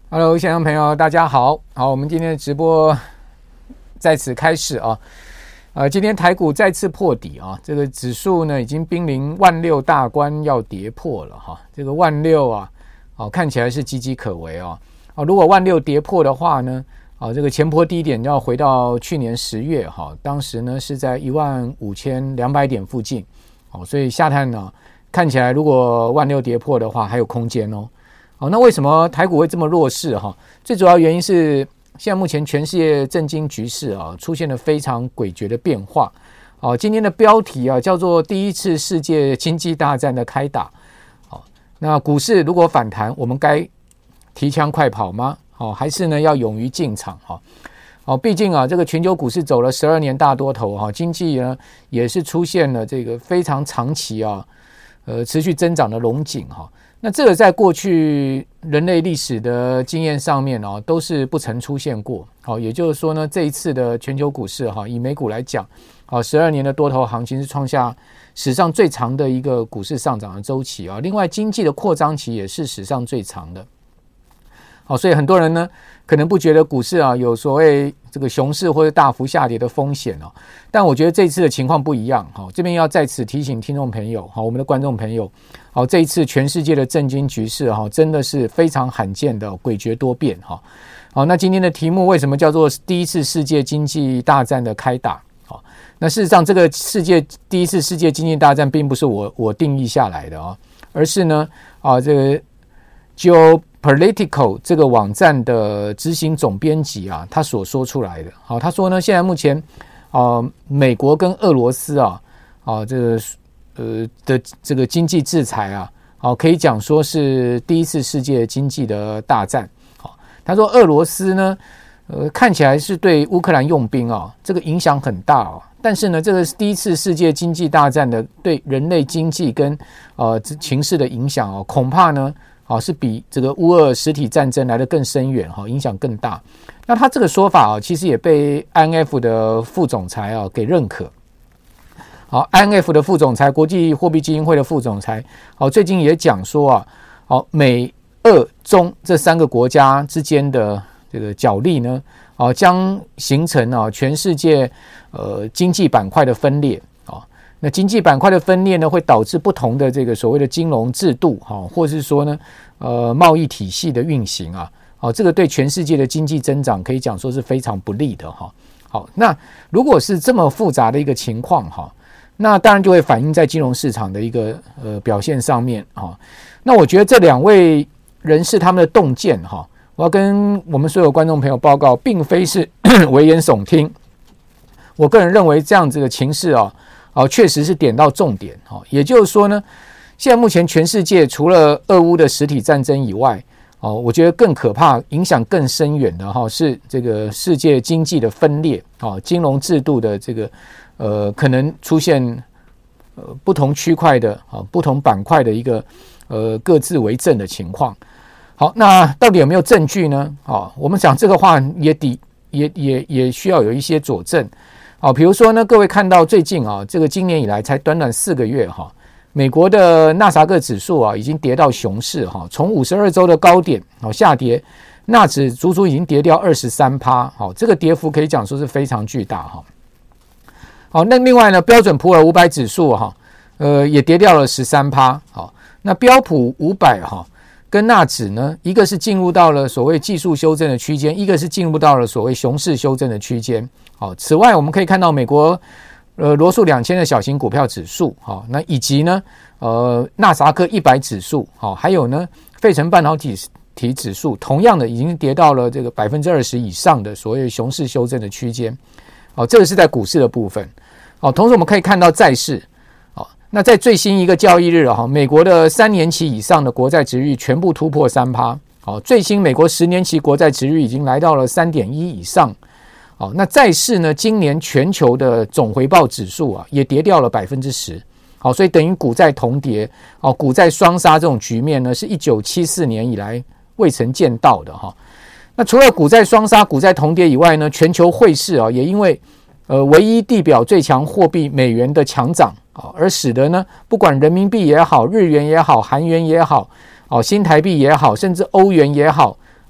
Hello， 线上朋友，大家好。好，我们今天的直播在此开始啊。今天台股再次破底啊，这个指数呢已经濒临16000大关要跌破了哈。这个16000啊，看起来是岌岌可危啊。如果16000跌破的话呢，这个前波低点要回到去年10月哈，当时呢是在15200点附近。所以下探呢，看起来如果16000跌破的话，还有空间哦。那为什么台股会这么弱势哈？最主要原因是现在目前全世界政经局势啊出现了非常诡谲的变化。今天的标题啊叫做第一次世界经济大战的开打。那股市如果反弹，我们该提枪快跑吗？还是呢要勇于进场？毕竟啊这个全球股市走了12年大多头，经济呢也是出现了这个非常长期持续增长的龙井哈。那这个在过去人类历史的经验上面都是不曾出现过。也就是说呢，这一次的全球股市以美股来讲，12年的多头行情是创下史上最长的一个股市上涨的周期另外经济的扩张期也是史上最长的。所以很多人呢可能不觉得股市有所谓这个熊市或者大幅下跌的风险但我觉得这次的情况不一样。这边要在此提醒听众朋友我们的观众朋友这一次全世界的政经局势真的是非常罕见的诡谲多变那今天的题目为什么叫做第一次世界经济大战的开打？那事实上这个第一次世界经济大战并不是我定义下来的而是呢这个Geopolitical 这个网站的执行总编辑他所说出来的。他说呢，现在目前美国跟俄罗斯的这个经济制裁可以讲说是第一次世界经济的大战。他说俄罗斯呢看起来是对乌克兰用兵这个影响很大但是呢这个第一次世界经济大战的对人类经济跟情势的影响恐怕呢是比这个乌俄实体战争来得更深远影响更大。那他这个说法其实也被 IMF 的副总裁给认可。IMF 的副总裁，国际货币基金会的副总裁最近也讲说美俄中这3个国家之间的这个角力呢将形成全世界经济板块的分裂。那经济板块的分裂呢，会导致不同的这个所谓的金融制度或是说呢贸易体系的运行这个对全世界的经济增长可以讲说是非常不利的好，那如果是这么复杂的一个情况那当然就会反映在金融市场的一个表现上面那我觉得这2位人士他们的洞见我要跟我们所有观众朋友报告，并非是危言耸听。我个人认为这样子的情势确实是点到重点。也就是说呢，现在目前全世界除了俄乌的实体战争以外我觉得更可怕影响更深远的是这个世界经济的分裂金融制度的这个可能出现不同区块的不同板块的一个各自为政的情况。好，那到底有没有证据呢？我们讲这个话也需要有一些佐证。比如说呢，各位看到最近这个今年以来才短短4个月美国的纳斯达克指数已经跌到熊市从52周的高点下跌，纳指足足已经跌掉 23%， 这个跌幅可以讲说是非常巨大那另外呢，标准普尔500指数也跌掉了 13%。那标普500跟纳指呢，一个是进入到了所谓技术修正的区间，一个是进入到了所谓熊市修正的区间。此外我们可以看到美国罗素2000的小型股票指数那以及呢纳斯达克100指数还有呢费城半导体指数，同样的已经跌到了这个 20% 以上的所谓熊市修正的区间。这个是在股市的部分。同时我们可以看到债市那在最新一个交易日美国的3年期以上的国债殖利率全部突破 3%。最新美国10年期国债殖利率已经来到了 3.1 以上。那债市呢，今年全球的总回报指数也跌掉了 10%。所以等于股债同跌股债双杀这种局面呢，是1974年以来未曾见到的那除了股债双杀、股债同跌以外呢，全球汇市也因为唯一地表最强货币美元的强涨而使得呢，不管人民币也好、日元也好、韩元也好、新台币也好，甚至欧元也好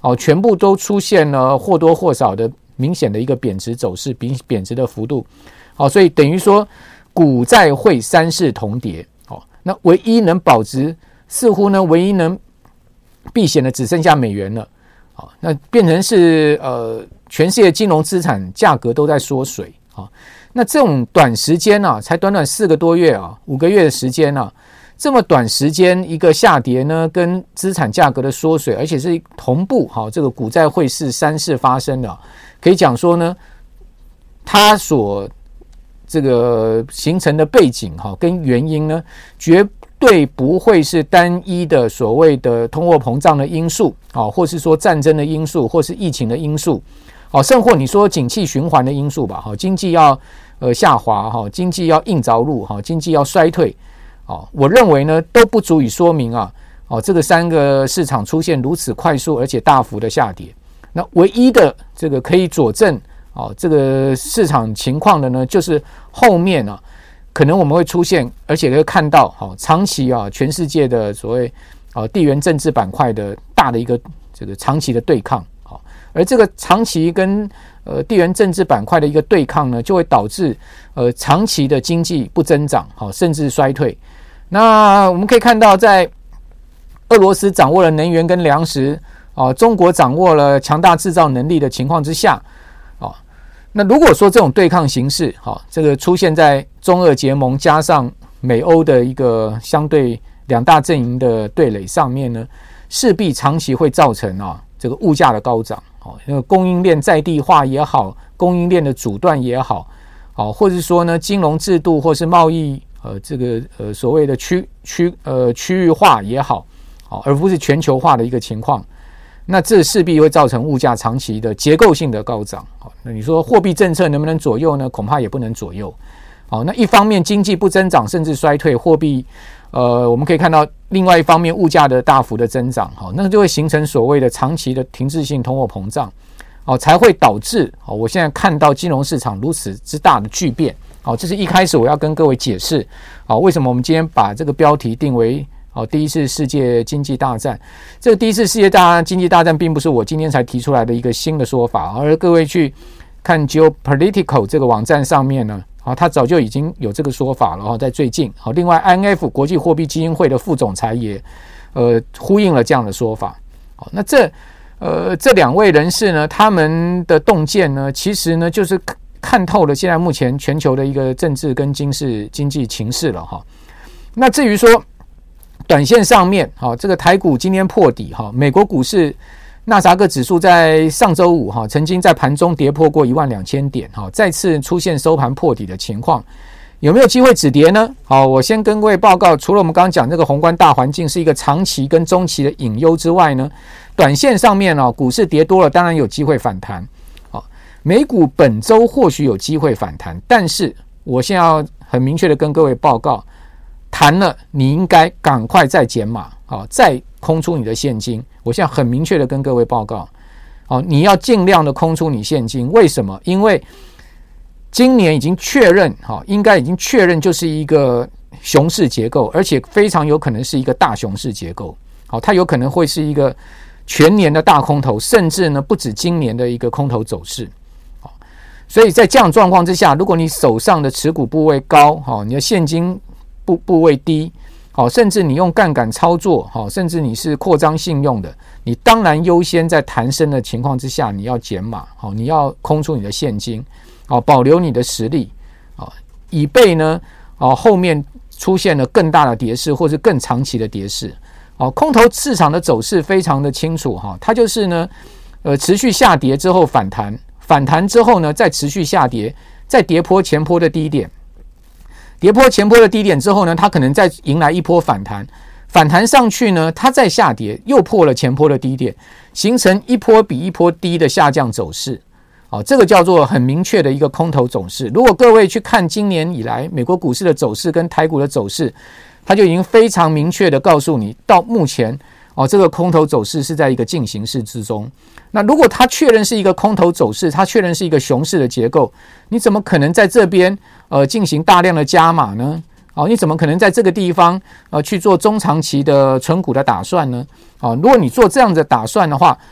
全部都出现了或多或少的明显的一个贬值走势，贬值的幅度。所以等于说股债汇三市同跌。那唯一能保值，似乎呢唯一能避险的只剩下美元了。那变成是全世界金融资产价格都在缩水。那这种短时间才短短4个多月5个月的时间这么短时间一个下跌呢，跟资产价格的缩水，而且是同步这个股债汇市三市发生的，可以讲说呢，它所这个形成的背景跟原因呢，绝对不会是单一的所谓的通货膨胀的因素或是说战争的因素，或是疫情的因素甚或你说景气循环的因素吧经济要下滑经济要硬着陆经济要衰退我认为呢都不足以说明这个3个市场出现如此快速而且大幅的下跌。那唯一的这个可以佐证这个市场情况的呢，就是后面可能我们会出现，而且可以看到长期全世界的所谓地缘政治板块的大的一个这个长期的对抗而这个长期跟地缘政治板块的一个对抗呢，就会导致长期的经济不增长甚至衰退。那我们可以看到，在俄罗斯掌握了能源跟粮食中国掌握了强大制造能力的情况之下那如果说这种对抗形势这个出现在中俄结盟加上美欧的一个相对2大阵营的对垒上面呢，势必长期会造成这个物价的高涨供应链在地化也好，供应链的阻断也好或者说呢金融制度或是贸易这个所谓的区域化也好而不是全球化的一个情况，那这势必会造成物价长期的结构性的高涨。那你说货币政策能不能左右呢？恐怕也不能左右。那一方面经济不增长甚至衰退，货币我们可以看到另外一方面物价的大幅的增长那就会形成所谓的长期的停滞性通货膨胀才会导致我现在看到金融市场如此之大的巨变这是一开始我要跟各位解释为什么我们今天把这个标题定为第一次世界经济大战。这个第一次世界经济大战并不是我今天才提出来的一个新的说法，而各位去看 Geopolitical 这个网站上面呢它早就已经有这个说法了在最近另外 IMF 国际货币基金会的副总裁也呼应了这样的说法那这2位人士呢，他们的洞见呢，其实呢就是看透了现在目前全球的一个政治跟经济情势了那至于说短线上面这个台股今天破底美国股市纳斯达克指数在上周五曾经在盘中跌破过12000点再次出现收盘破底的情况，有没有机会止跌呢？我先跟各位报告，除了我们刚刚讲这个宏观大环境是一个长期跟中期的隐忧之外呢，短线上面股市跌多了当然有机会反弹美股本周或许有机会反弹，但是我现在要很明确的跟各位报告，弹了你应该赶快再减码再空出你的现金。我现在很明确的跟各位报告你要尽量的空出你现金。为什么？因为今年已经确认应该已经确认就是一个熊市结构，而且非常有可能是一个大熊市结构它有可能会是一个全年的大空头，甚至呢不止今年的一个空头走势所以在这样状况之下，如果你手上的持股部位高你的现金部位低甚至你用杠杆操作甚至你是扩张信用的，你当然优先在弹升的情况之下你要减码你要空出你的现金保留你的实力以备呢后面出现了更大的跌势或是更长期的跌势空头市场的走势非常的清楚它就是呢持续下跌之后反弹之后呢再持续下跌，再跌破前波的低点，跌破前波的低点之后呢，它可能再迎来一波反弹上去呢，它再下跌又破了前波的低点，形成一波比一波低的下降走势这个叫做很明确的一个空头走势。如果各位去看今年以来美国股市的走势跟台股的走势，它就已经非常明确的告诉你，到目前这个空头走势是在一个进行式之中。那如果它确认是一个空头走势，它确认是一个熊市的结构，你怎么可能在这边进行大量的加码呢？你怎么可能在这个地方去做中长期的存股的打算呢？如果你做这样的打算的话，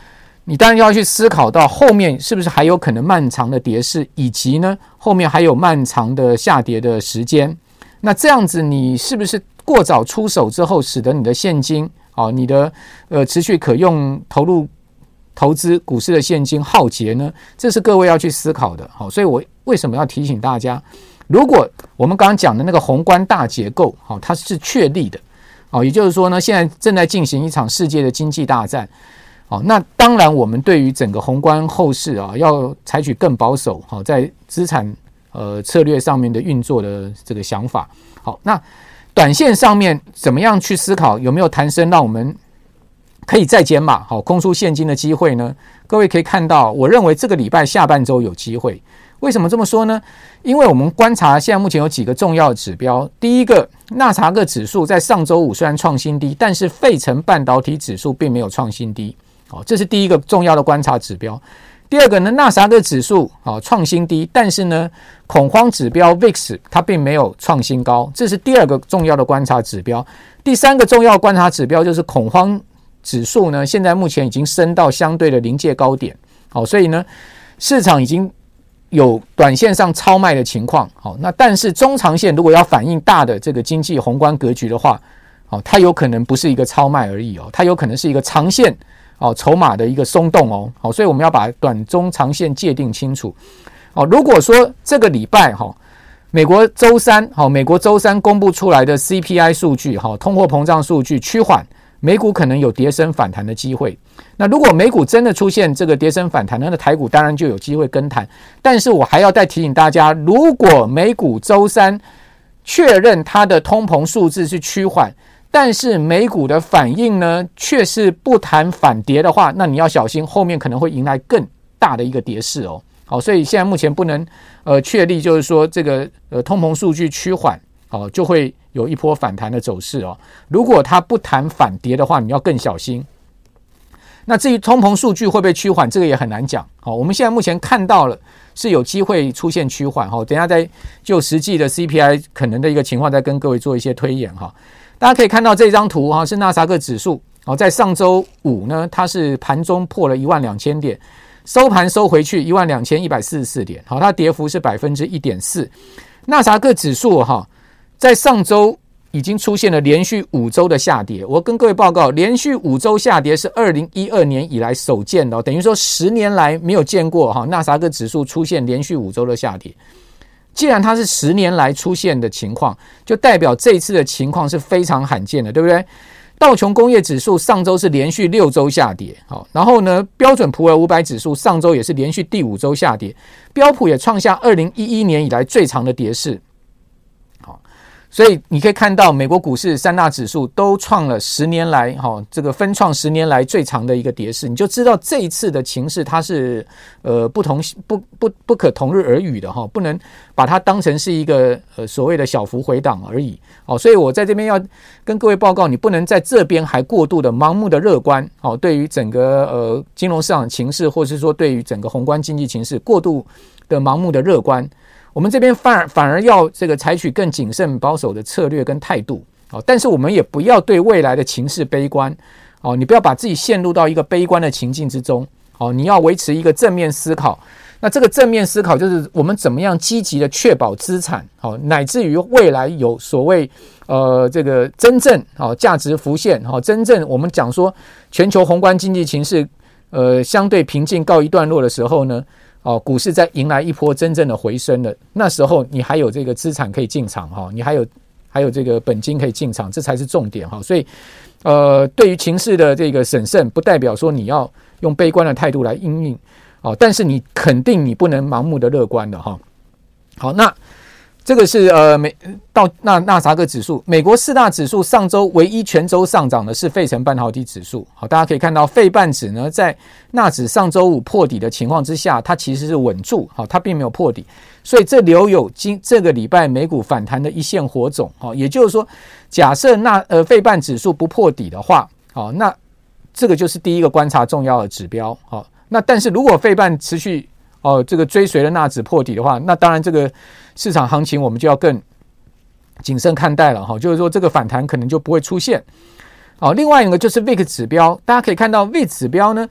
你当然要去思考到后面是不是还有可能漫长的跌势，以及呢后面还有漫长的下跌的时间。那这样子你是不是过早出手之后，使得你的现金你的持续可用投资股市的现金耗竭呢？这是各位要去思考的。所以我为什么要提醒大家，如果我们刚刚讲的那个宏观大结构它是确立的，也就是说呢，现在正在进行一场世界的经济大战。那当然我们对于整个宏观后市要采取更保守在资产策略上面的运作的这个想法。好，那短线上面怎么样去思考有没有弹升让我们可以再减码空出现金的机会呢？各位可以看到，我认为这个礼拜下半周有机会。为什么这么说呢？因为我们观察现在目前有几个重要的指标。第一个，纳斯达克指数在上周五虽然创新低，但是费城半导体指数并没有创新低，这是第一个重要的观察指标。第二个呢，纳斯达克指数创新低，但是呢恐慌指标 VIX 它并没有创新高，这是第二个重要的观察指标。第三个重要观察指标就是恐慌指数呢现在目前已经升到相对的临界高点，所以呢市场已经有短线上超卖的情况。那但是中长线如果要反映大的这个经济宏观格局的话，它有可能不是一个超卖而已，它有可能是一个长线筹码的一个松动所以我们要把短中长线界定清楚。如果说这个礼拜美国周三公布出来的 CPI 数据通货膨胀数据趋缓，美股可能有跌升反弹的机会。那如果美股真的出现这个跌升反弹，那台股当然就有机会跟弹。但是我还要再提醒大家，如果美股周三确认它的通膨数字是趋缓，但是美股的反应呢却是不谈反跌的话，那你要小心后面可能会迎来更大的一个跌势好，所以现在目前不能确立，就是说这个通膨数据趋缓就会有一波反弹的走势如果它不谈反跌的话，你要更小心。那至于通膨数据会不会趋缓，这个也很难讲我们现在目前看到了是有机会出现趋缓等一下再就实际的 CPI 可能的一个情况再跟各位做一些推演大家可以看到这张图是纳斯达克指数在上周五呢，它是盘中破了12000点，收盘收回去12144点它跌幅是 1.4%。 纳斯达克指数在上周已经出现了连续5周的下跌。我跟各位报告，连续5周下跌是2012年以来首见的等于说10年来没有见过纳斯达克指数出现连续5周的下跌。既然它是10年来出现的情况，就代表这一次的情况是非常罕见的，对不对？道琼工业指数上周是连续6周下跌，然后呢，标准普尔500指数上周也是连续第5周下跌，标普也创下2011年以来最长的跌势。所以你可以看到美国股市3大指数都创了10年来这个分创10年来最长的一个跌势，你就知道这一次的情势它是不可同日而语的不能把它当成是一个所谓的小幅回档而已所以我在这边要跟各位报告，你不能在这边还过度的盲目的乐观对于整个金融市场情势，或是说对于整个宏观经济情势过度的盲目的乐观。我们这边反而要这个采取更谨慎保守的策略跟态度但是我们也不要对未来的情势悲观你不要把自己陷入到一个悲观的情境之中你要维持一个正面思考。那这个正面思考就是我们怎么样积极的确保资产乃至于未来有所谓这个真正价值浮现真正我们讲说全球宏观经济情势相对平静告一段落的时候呢股市在迎来一波真正的回升了，那时候你还有这个资产可以进场你还有这个本金可以进场，这才是重点所以对于情势的这个审慎，不代表说你要用悲观的态度来因应但是你肯定你不能盲目的乐观的好，那这个是纳斯达克指数，美国4大指数上周唯一全周上涨的是费城半导体指数。好，大家可以看到费半指呢，在纳指上周五破底的情况之下，它其实是稳住，好，它并没有破底，所以这留有这个礼拜美股反弹的一线火种。好，也就是说，假设费半指数不破底的话，好，那这个就是第一个观察重要的指标。好，那但是如果费半持续这个追随了纳指破底的话，那当然这个市场行情我们就要更谨慎看待了，就是说这个反弹可能就不会出现。另外一个就是 VIX 指标，大家可以看到 VIX 指标呢，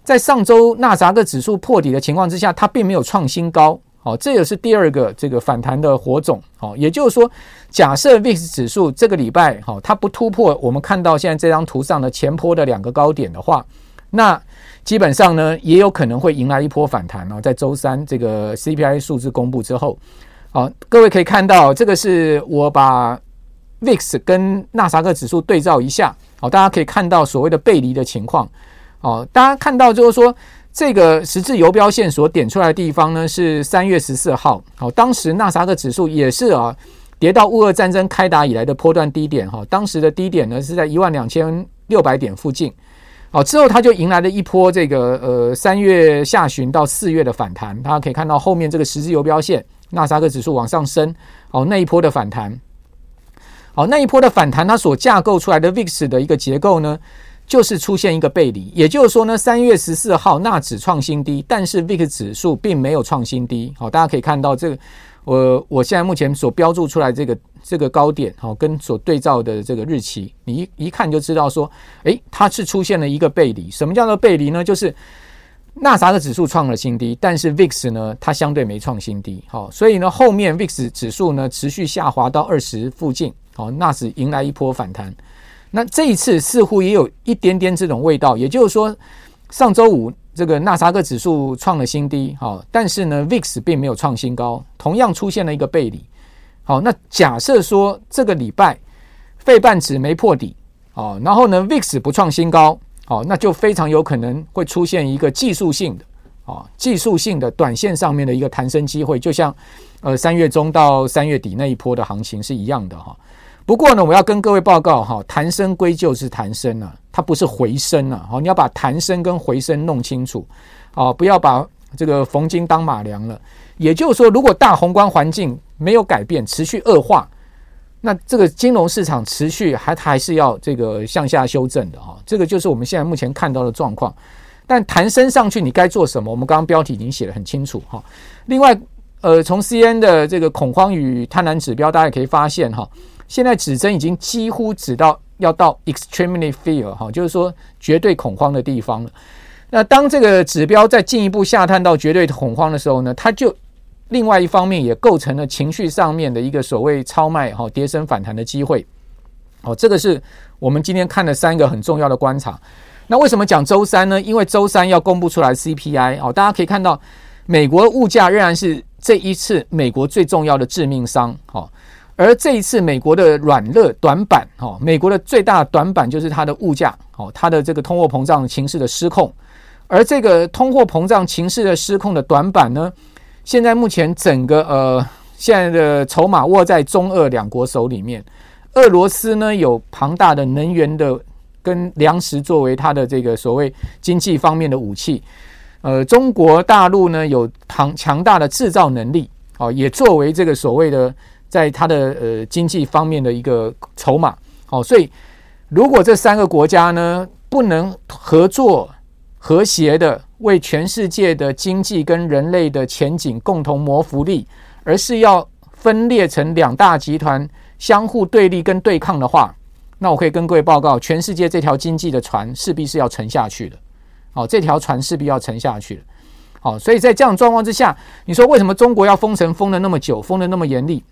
在上周纳斯达克指数破底的情况之下，它并没有创新高。这也是第二个这个反弹的火种。也就是说，假设 VIX 指数这个礼拜它不突破我们看到现在这张图上的前波的2个高点的话，那基本上呢也有可能会迎来一波反弹。在周三这个 CPI 数字公布之后，各位可以看到，这个是我把 VIX 跟纳斯达克指数对照一下，大家可以看到所谓的背离的情况。大家看到就是说，这个十字游标线所点出来的地方呢是3月14号，当时纳斯达克指数也是跌到乌俄战争开打以来的波段低点，当时的低点呢是在12600点附近。之后它就迎来了一波这个3月下旬到4月的反弹。大家可以看到后面这个十字游标线，纳斯达克指数往上升，那一波的反弹。那一波的反弹它所架构出来的 VIX 的一个结构呢，就是出现一个背离。也就是说呢，3月14号纳指创新低，但是 VIX 指数并没有创新低。大家可以看到这个我现在目前所标注出来这个高点，跟所对照的这个日期，你一看就知道说，它是出现了一个背离。什么叫做背离呢？就是纳斯达克指数创了新低，但是 VIX 呢它相对没创新低。所以呢后面 VIX 指数呢持续下滑到20附近，纳指迎来一波反弹。那这一次似乎也有一点点这种味道，也就是说上周五这个纳斯达克指数创了新低，但是呢 VIX 并没有创新高，同样出现了一个背离。那假设说这个礼拜费半指没破底，然后呢 VIX 不创新高，那就非常有可能会出现一个技术性的短线上面的一个弹升机会，就像3月中到3月底那一波的行情是一样的。不过呢，我要跟各位报告，弹升归旧是弹升啊，它不是回升啊。你要把弹升跟回升弄清楚，不要把这个逢金当马良了。也就是说，如果大宏观环境没有改变，持续恶化，那这个金融市场持续还是要这个向下修正的。这个就是我们现在目前看到的状况。但弹升上去，你该做什么？我们刚刚标题已经写得很清楚。另外，从 CNN 的这个恐慌与贪婪指标，大家也可以发现现在指针已经几乎要到 extremely fear， 就是说绝对恐慌的地方了。那当这个指标再进一步下探到绝对恐慌的时候呢，它就另外一方面也构成了情绪上面的一个所谓超卖跌升反弹的机会。这个是我们今天看的3个很重要的观察。那为什么讲周三呢？因为周三要公布出来 CPI， 大家可以看到美国物价仍然是这一次美国最重要的致命伤。而这一次美国的软肋短板，美国的最大的短板就是它的物价，它的这个通货膨胀情势的失控。而这个通货膨胀情势的失控的短板呢，现在目前整个现在的筹码握在中俄两国手里面。俄罗斯呢有庞大的能源的跟粮食作为它的这个所谓经济方面的武器，中国大陆呢有强大的制造能力，也作为这个所谓的在它的经济方面的一个筹码。所以如果这3个国家呢不能合作和谐的为全世界的经济跟人类的前景共同谋福利，而是要分裂成2大集团相互对立跟对抗的话，那我可以跟各位报告，全世界这条经济的船势必是要沉下去的。这条船势必要沉下去了。所以在这样的状况之下，你说为什么中国要封城封了那么久，封了那么严厉？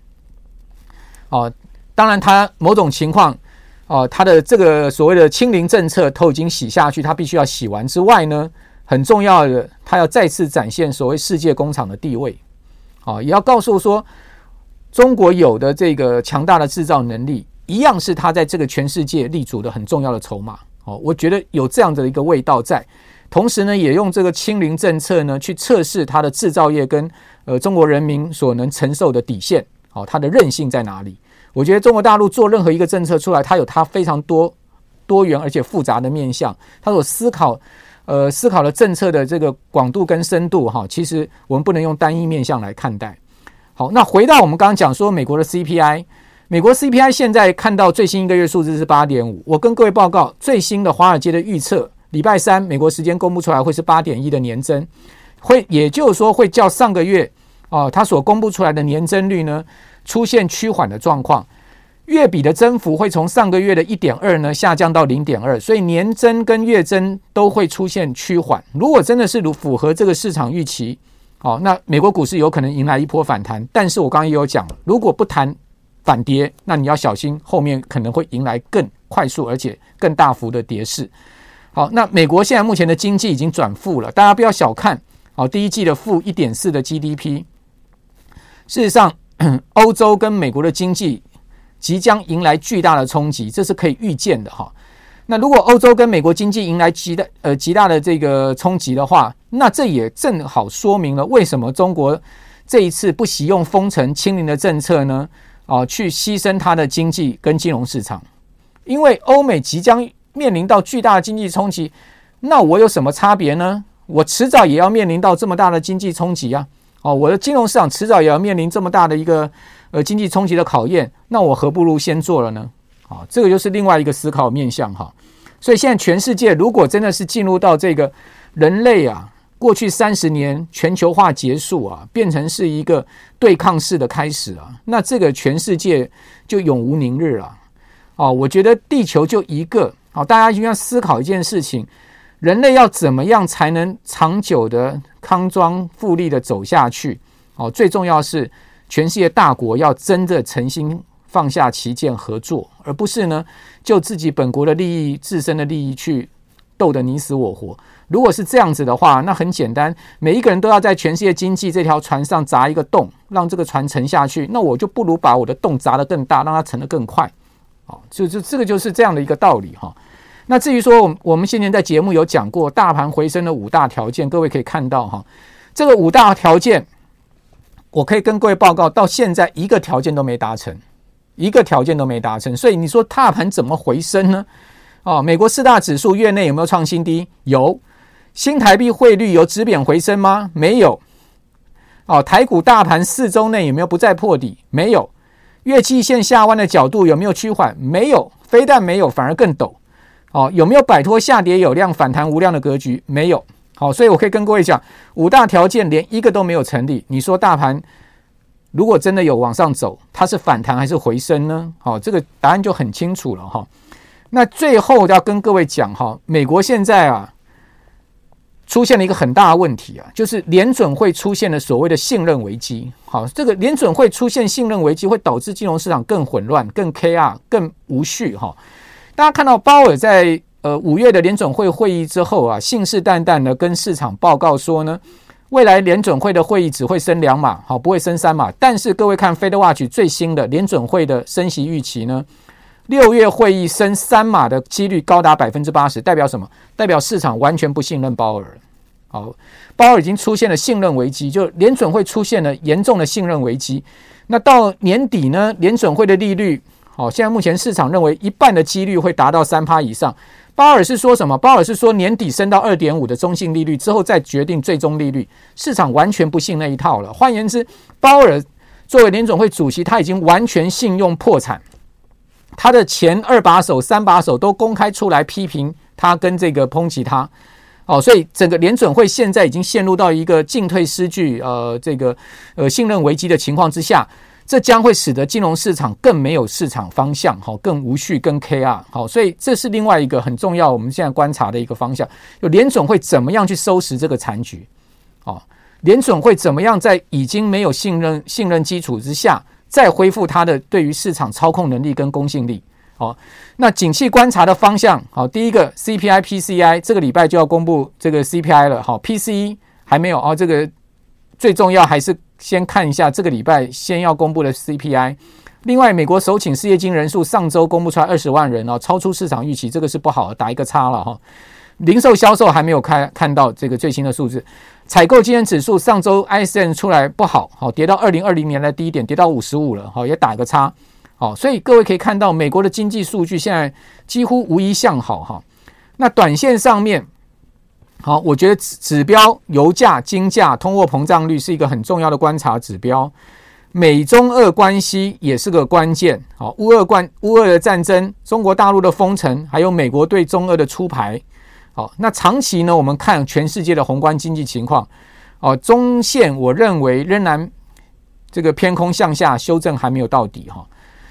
当然它某种情况它的这个所谓的清零政策都已经洗下去，它必须要洗完之外呢，很重要的它要再次展现所谓世界工厂的地位，也要告诉说中国有的这个强大的制造能力一样是它在这个全世界立足的很重要的筹码。我觉得有这样的一个味道在，同时呢也用这个清零政策呢去测试它的制造业跟中国人民所能承受的底线，它的韧性在哪里。我觉得中国大陆做任何一个政策出来，它有它非常多元而且复杂的面向，它所思考的政策的这个广度跟深度，其实我们不能用单一面向来看待。好，那回到我们刚刚讲说美国的 CPI， 美国 CPI 现在看到最新一个月数字是 8.5， 我跟各位报告最新的华尔街的预测，礼拜三美国时间公布出来会是 8.1 的年增，也就是说会较上个月它所公布出来的年增率呢出现趋缓的状况。 月比的增幅会从上个月的 1.2 呢下降到 0.2， 所以年增跟月增都会出现趋缓。如果真的是符合这个市场预期，那美国股市有可能迎来一波反弹。但是我刚刚也有讲了，如果不谈反跌，那你要小心后面可能会迎来更快速而且更大幅的跌势。好，那美国现在目前的经济已经转负了，大家不要小看第一季的负 1.4 的 GDP。 事实上欧洲跟美国的经济即将迎来巨大的冲击，这是可以预见的哈。那如果欧洲跟美国经济迎来极大的这个冲击的话，那这也正好说明了为什么中国这一次不惜用封城清零的政策呢？去牺牲它的经济跟金融市场，因为欧美即将面临到巨大的经济冲击，那我有什么差别呢？我迟早也要面临到这么大的经济冲击啊！我的金融市场迟早也要面临这么大的一个经济冲击的考验，那我何不如先做了呢？这个就是另外一个思考面向哈。所以现在全世界如果真的是进入到这个人类过去30年全球化结束变成是一个对抗式的开始那这个全世界就永无宁日了我觉得地球就一个大家一定要思考一件事情，人类要怎么样才能长久的康庄富丽的走下去最重要是全世界大国要真的诚心放下旗舰合作，而不是呢就自己本国的利益自身的利益去斗得你死我活。如果是这样子的话，那很简单，每一个人都要在全世界经济这条船上砸一个洞，让这个船沉下去，那我就不如把我的洞砸得更大，让它沉得更快就这个就是这样的一个道理那至于说我们先前在节目有讲过大盘回升的5大条件，各位可以看到这个5大条件我可以跟各位报告，到现在一个条件都没达成，所以你说大盘怎么回升呢？美国4大指数月内有没有创新低？有。新台币汇率有止贬回升吗？没有。台股大盘4周内有没有不再破底？没有。月季线下弯的角度有没有趋缓？没有。非但没有，反而更陡。有没有摆脱下跌有量反弹无量的格局？没有。所以我可以跟各位讲，5大条件连一个都没有成立。你说大盘如果真的有往上走，它是反弹还是回升呢？这个答案就很清楚了那最后要跟各位讲美国现在出现了一个很大的问题就是联准会出现了所谓的信任危机。这个联准会出现信任危机会导致金融市场更混乱、更 KR、更无序大家看到鲍尔在5月的联准会会议之后信誓旦旦的跟市场报告说呢，未来联准会的会议只会升2码，不会升3码。但是各位看 FedWatch 最新的联准会的升息预期呢，6月会议升3码的几率高达 80%， 代表什么？代表市场完全不信任鲍尔。鲍尔已经出现了信任危机，就联准会出现了严重的信任危机。那到年底呢，联准会的利率现在目前市场认为一半的几率会达到 3% 以上。鲍尔是说什么？鲍尔是说年底升到 2.5 的中性利率之后再决定最终利率，市场完全不信那一套了。换言之，鲍尔作为联准会主席，他已经完全信用破产，他的前2把手、3把手都公开出来批评他跟这个抨击他。所以整个联准会现在已经陷入到一个进退失据、信任危机的情况之下，这将会使得金融市场更没有市场方向，更无序、更 KR。所以这是另外一个很重要，我们现在观察的一个方向。就联准会怎么样去收拾这个残局？联准会怎么样在已经没有信任基础之下，再恢复它的对于市场操控能力跟公信力？那景气观察的方向，第一个 CPI、PCI 这个礼拜就要公布这个 CPI 了，PCE 还没有这个最重要还是先看一下这个礼拜先要公布的 CPI。另外，美国首请失业金人数上周公布出来20万人超出市场预期，这个是不好的，打一个叉了零售销售还没有看到这个最新的数字。采购经理指数上周 ISM 出来不好，跌到2020年的低点，跌到55了，也打一个叉。所以各位可以看到美国的经济数据现在几乎无一向好那短线上面我觉得指标油价、金价、通货膨胀率是一个很重要的观察指标，美中俄关系也是个关键。乌俄的战争、中国大陆的封城，还有美国对中俄的出牌。那长期呢，我们看全世界的宏观经济情况，中线我认为仍然这个偏空向下修正还没有到底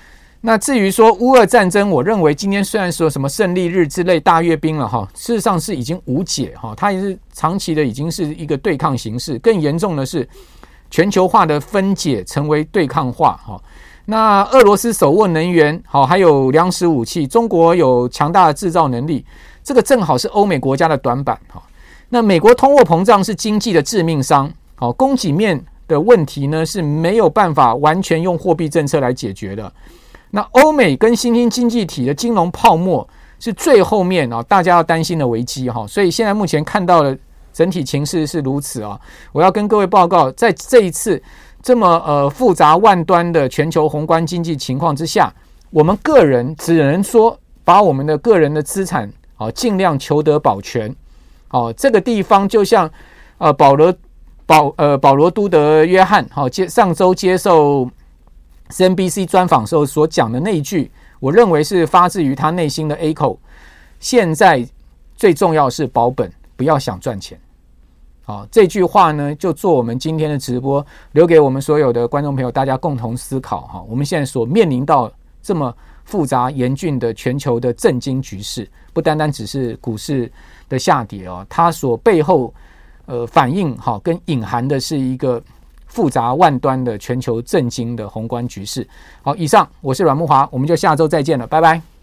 那至于说乌俄战争，我认为今天虽然说什么胜利日之类大阅兵了哈，事实上是已经无解哈，它也是长期的已经是一个对抗形势，更严重的是全球化的分解成为对抗化哈。那俄罗斯手握能源好，还有粮食武器，中国有强大的制造能力，这个正好是欧美国家的短板哈。那美国通货膨胀是经济的致命伤，好，供给面的问题呢是没有办法完全用货币政策来解决的。那欧美跟新兴经济体的金融泡沫是最后面大家要担心的危机哈，所以现在目前看到的整体情势是如此啊。我要跟各位报告，在这一次这么复杂万端的全球宏观经济情况之下，我们个人只能说把我们的个人的资产尽量求得保全。这个地方就像保罗都德约翰上周接受CNBC 专访时候所讲的那一句，我认为是发自于他内心的 echo。现在最重要是保本，不要想赚钱。这句话呢，就做我们今天的直播，留给我们所有的观众朋友，大家共同思考。我们现在所面临到这么复杂严峻的全球的政经局势，不单单只是股市的下跌它所背后反映跟隐含的是一个复杂万端的全球政经的宏观局势。好，以上我是阮慕骅，我们就下周再见了，拜拜。